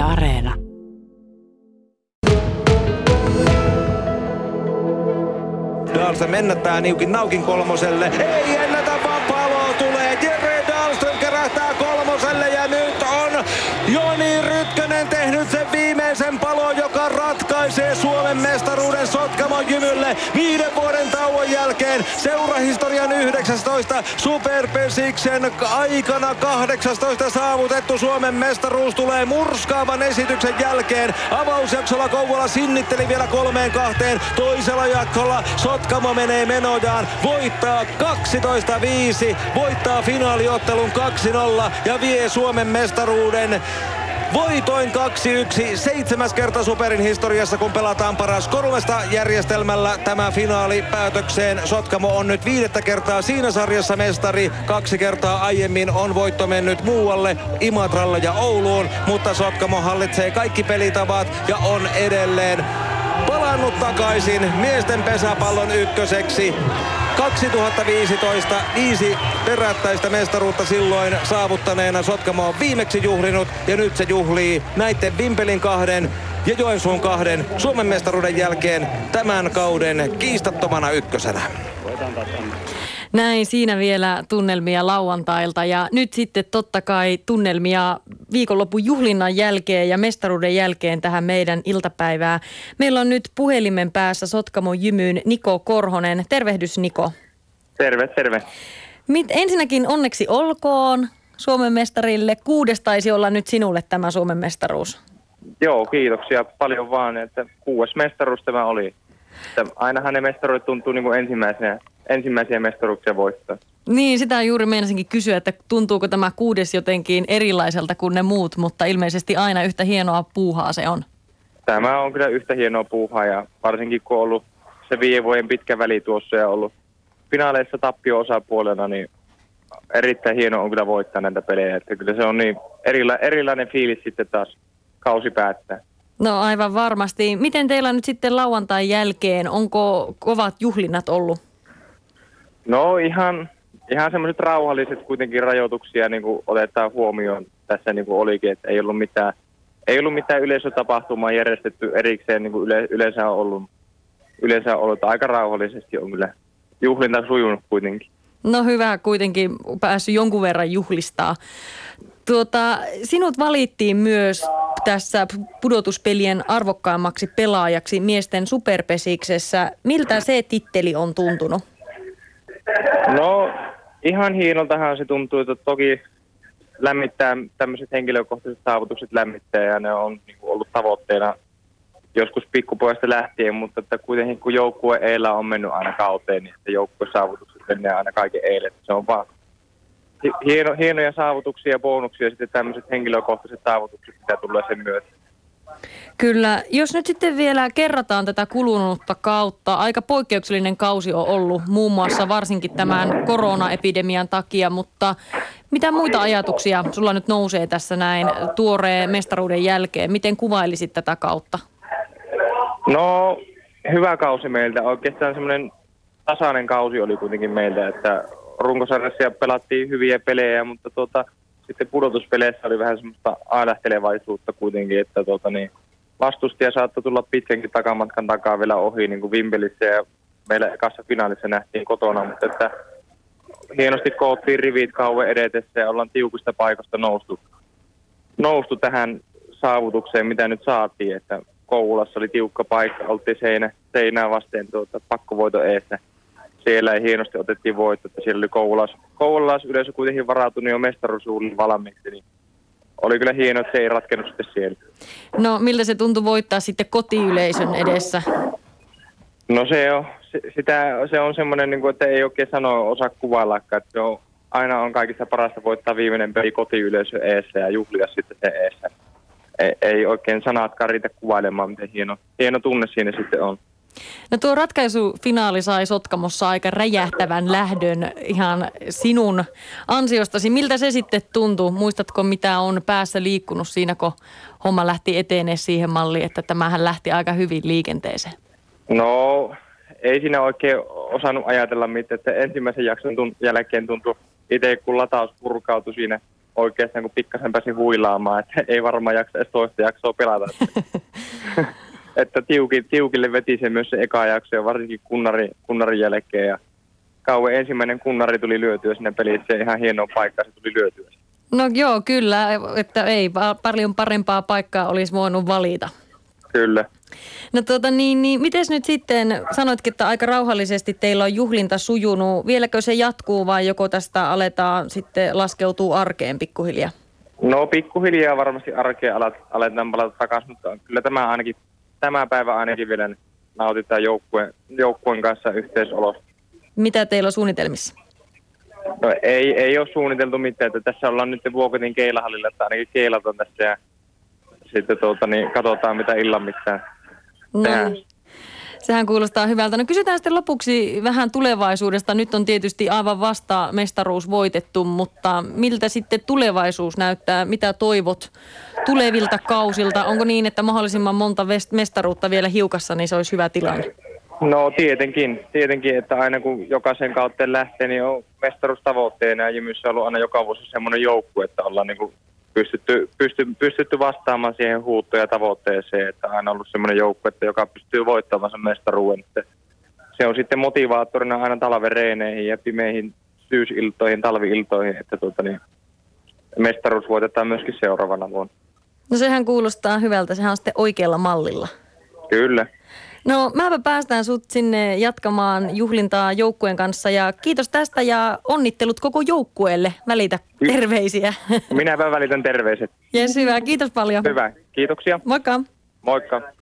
Areena. Dahlström ennättää niukin naukin kolmoselle. Ei ennätä, vaan palo tulee. Jere Dahlström kerähtää kolmoselle ja nyt on Joni Rytkönen tehnyt sen viimeisen palon, joka ratkaisee Suomen mestaruuden Sotkamon Jymylle 5 vuoden tauon jälkeen. Seurahistorian 19 Superpesiksen aikana 18 saavutettu Suomen mestaruus tulee murskaavan esityksen jälkeen. Avausjaksolla Kouvola sinnitteli vielä 3-2. Toisella jaksolla Sotkamo menee menojaan, voittaa 12-5, voittaa finaaliottelun 2-0 ja vie Suomen mestaruuden voitoin 2-1, 7. kerta Superin historiassa, kun pelataan paras kolmesta järjestelmällä tämä finaali päätökseen. Sotkamo on nyt 5. kertaa siinä sarjassa mestari. 2 kertaa aiemmin on voitto mennyt muualle, Imatralle ja Ouluun, mutta Sotkamo hallitsee kaikki pelitavat ja on edelleen palannut takaisin miesten pesäpallon ykköseksi. 2015 5 perättäistä mestaruutta silloin saavuttaneena Sotkamo on viimeksi juhlinut ja nyt se juhlii näiden Vimpelin 2 ja Joensuun 2 Suomen mestaruuden jälkeen tämän kauden kiistattomana ykkösenä. Näin, siinä vielä tunnelmia lauantailta ja nyt sitten totta kai tunnelmia viikonlopun juhlinnan jälkeen ja mestaruuden jälkeen tähän meidän iltapäivään. Meillä on nyt puhelimen päässä Sotkamon Jymyn Niko Korhonen. Tervehdys, Niko. Terve, terve. Ensinnäkin onneksi olkoon Suomen mestarille. 6 taisi olla nyt sinulle tämä Suomen mestaruus. Joo, kiitoksia paljon vaan, että 6. mestaruus tämä oli. Että ainahan ne mestaruudet tuntuu niin kuin ensimmäisiä mestaruuksia voittaa. Niin, sitä juuri meinasinkin kysyä, että tuntuuko tämä 6. jotenkin erilaiselta kuin ne muut, mutta ilmeisesti aina yhtä hienoa puuhaa se on. Tämä on kyllä yhtä hienoa puuhaa ja varsinkin kun on ollut se 5 vuoden pitkä väli tuossa ja ollut finaaleissa tappio-osapuolena, niin erittäin hieno on kyllä voittaa näitä pelejä. Että kyllä se on niin erilainen fiilis sitten taas kausi päättää. No aivan varmasti. Miten teillä nyt sitten lauantain jälkeen, onko kovat juhlinnat ollut? No ihan semmoiset rauhalliset kuitenkin rajoituksia niin kuin otetaan huomioon tässä niin kuin olikin, että ei ollut mitään yleisötapahtumaa järjestetty erikseen, niin kuin yleensä on ollut aika rauhallisesti on kyllä juhlinta sujunut kuitenkin. No hyvä, kuitenkin päässyt jonkun verran juhlistaa. Sinut valittiin myös tässä pudotuspelien arvokkaimmaksi pelaajaksi miesten superpesiksessä. Miltä se titteli on tuntunut? No ihan hienoltahan se tuntuu, että toki lämmittää tämmöiset henkilökohtaiset saavutukset lämmittää ja ne on niin kuin ollut tavoitteena joskus pikkupojasta lähtien, mutta että kuitenkin kun joukkue eillä on mennyt aina kauteen, niin että joukkueen saavutukset menee aina kaiken eilen. Se on vaan hienoja saavutuksia ja bonuksia sitten tämmöiset henkilökohtaiset saavutukset, mitä tulee sen myötä. Kyllä. Jos nyt sitten vielä kerrataan tätä kulunutta kautta, aika poikkeuksellinen kausi on ollut muun muassa varsinkin tämän koronaepidemian takia, mutta mitä muita ajatuksia sulla nyt nousee tässä näin tuoreen mestaruuden jälkeen? Miten kuvailisit tätä kautta? No hyvä kausi meiltä. Oikeastaan semmoinen tasainen kausi oli kuitenkin meiltä, että runkosarjassa pelattiin hyviä pelejä, mutta sitten pudotuspeleissä oli vähän semmoista ailahtelevaisuutta kuitenkin, että vastustaja saattoi tulla pitkänkin takamatkan takaa vielä ohi niin kuin Vimpelissä ja meillä ekassa finaalissa nähtiin kotona, mutta että hienosti koottiin rivit kauan edetessä ja ollaan tiukista paikoista noustu tähän saavutukseen, mitä nyt saatiin, että Kouvolassa oli tiukka paikka, oltiin seinää vasten pakkovoiton eessä. Siellä ei hienosti otettiin voitto, että siellä oli kouvolaisyleisö kuitenkin varautunut jo mestaruusjuhliin valmiiksi, niin oli kyllä hienoa, että se ei ratkennut sitten siellä. No miltä se tuntui voittaa sitten kotiyleisön edessä? No se on semmoinen, niin kuin, että ei oikein osaa kuvaillakaan, että aina on kaikista parasta voittaa viimeinen peli kotiyleisön eessä ja juhlia sitten se eessä. Ei oikein sanatkaan riitä kuvailemaan, miten hieno tunne siinä sitten on. No tuo ratkaisufinaali sai Sotkamossa aika räjähtävän lähdön ihan sinun ansiostasi. Miltä se sitten tuntui? Muistatko, mitä on päässä liikkunut siinä, kun homma lähti etenee siihen malliin, että tämähän lähti aika hyvin liikenteeseen? No ei siinä oikein osannut ajatella mitään, että ensimmäisen jakson jälkeen tuntui itse, kun lataus purkautui siinä oikeastaan kun pikkasen pääsi huilaamaan, että ei varmaan jaksa edes toista jaksoa pelata. Että tiukille veti se myös se eka jakso ja varsinkin kunnarin jälkeen. Ja kauan ensimmäinen kunnari tuli lyötyä sinne pelissä ja ihan hienoa paikkaa se tuli lyötyä. No joo, kyllä, että ei paljon parempaa paikkaa olisi voinut valita. Kyllä. No mites nyt sitten, sanoitkin, että aika rauhallisesti teillä on juhlinta sujunut. Vieläkö se jatkuu vai joko tästä aletaan sitten laskeutuu arkeen pikkuhiljaa? No pikkuhiljaa varmasti arkeen aletaan palata takaisin, mutta kyllä tämä päivä ainakin vielä nautitaan joukkueen kanssa yhteisolosta. Mitä teillä on suunnitelmissa? No ei ole suunniteltu mitään, että tässä ollaan nyt Vuokotin keilahallilla, että ainakin keilataan tässä ja sitten katsotaan mitä illan mitään tehdään. No, sehän kuulostaa hyvältä. No kysytään sitten lopuksi vähän tulevaisuudesta. Nyt on tietysti aivan vasta mestaruus voitettu, mutta miltä sitten tulevaisuus näyttää? Mitä toivot tulevilta kausilta? Onko niin, että mahdollisimman monta mestaruutta vielä hiukassa, niin se olisi hyvä tilanne? No tietenkin, että aina kun jokaisen kautta lähtee, niin on mestaruustavoitteena ja Jymyssä on ollut aina joka vuosi semmoinen joukku, että ollaan niin kuin pystytty vastaamaan siihen huuttoon ja tavoitteeseen, että aina ollut semmoinen joukku, että joka pystyy voittamaan sen mestaruuden. Se on sitten motivaattorina aina talven reeneihin ja pimeihin syysiltoihin, talvi-iltoihin, että mestaruus voitetaan myöskin seuraavana vuonna. No sehän kuulostaa hyvältä, sehän on sitten oikealla mallilla. Kyllä. No mäpä päästään sut sinne jatkamaan juhlintaa joukkueen kanssa ja kiitos tästä ja onnittelut koko joukkueelle. Välitä terveisiä. Minäpä välitän terveiset. Jes, hyvä. Kiitos paljon. Hyvä. Kiitoksia. Moikka. Moikka.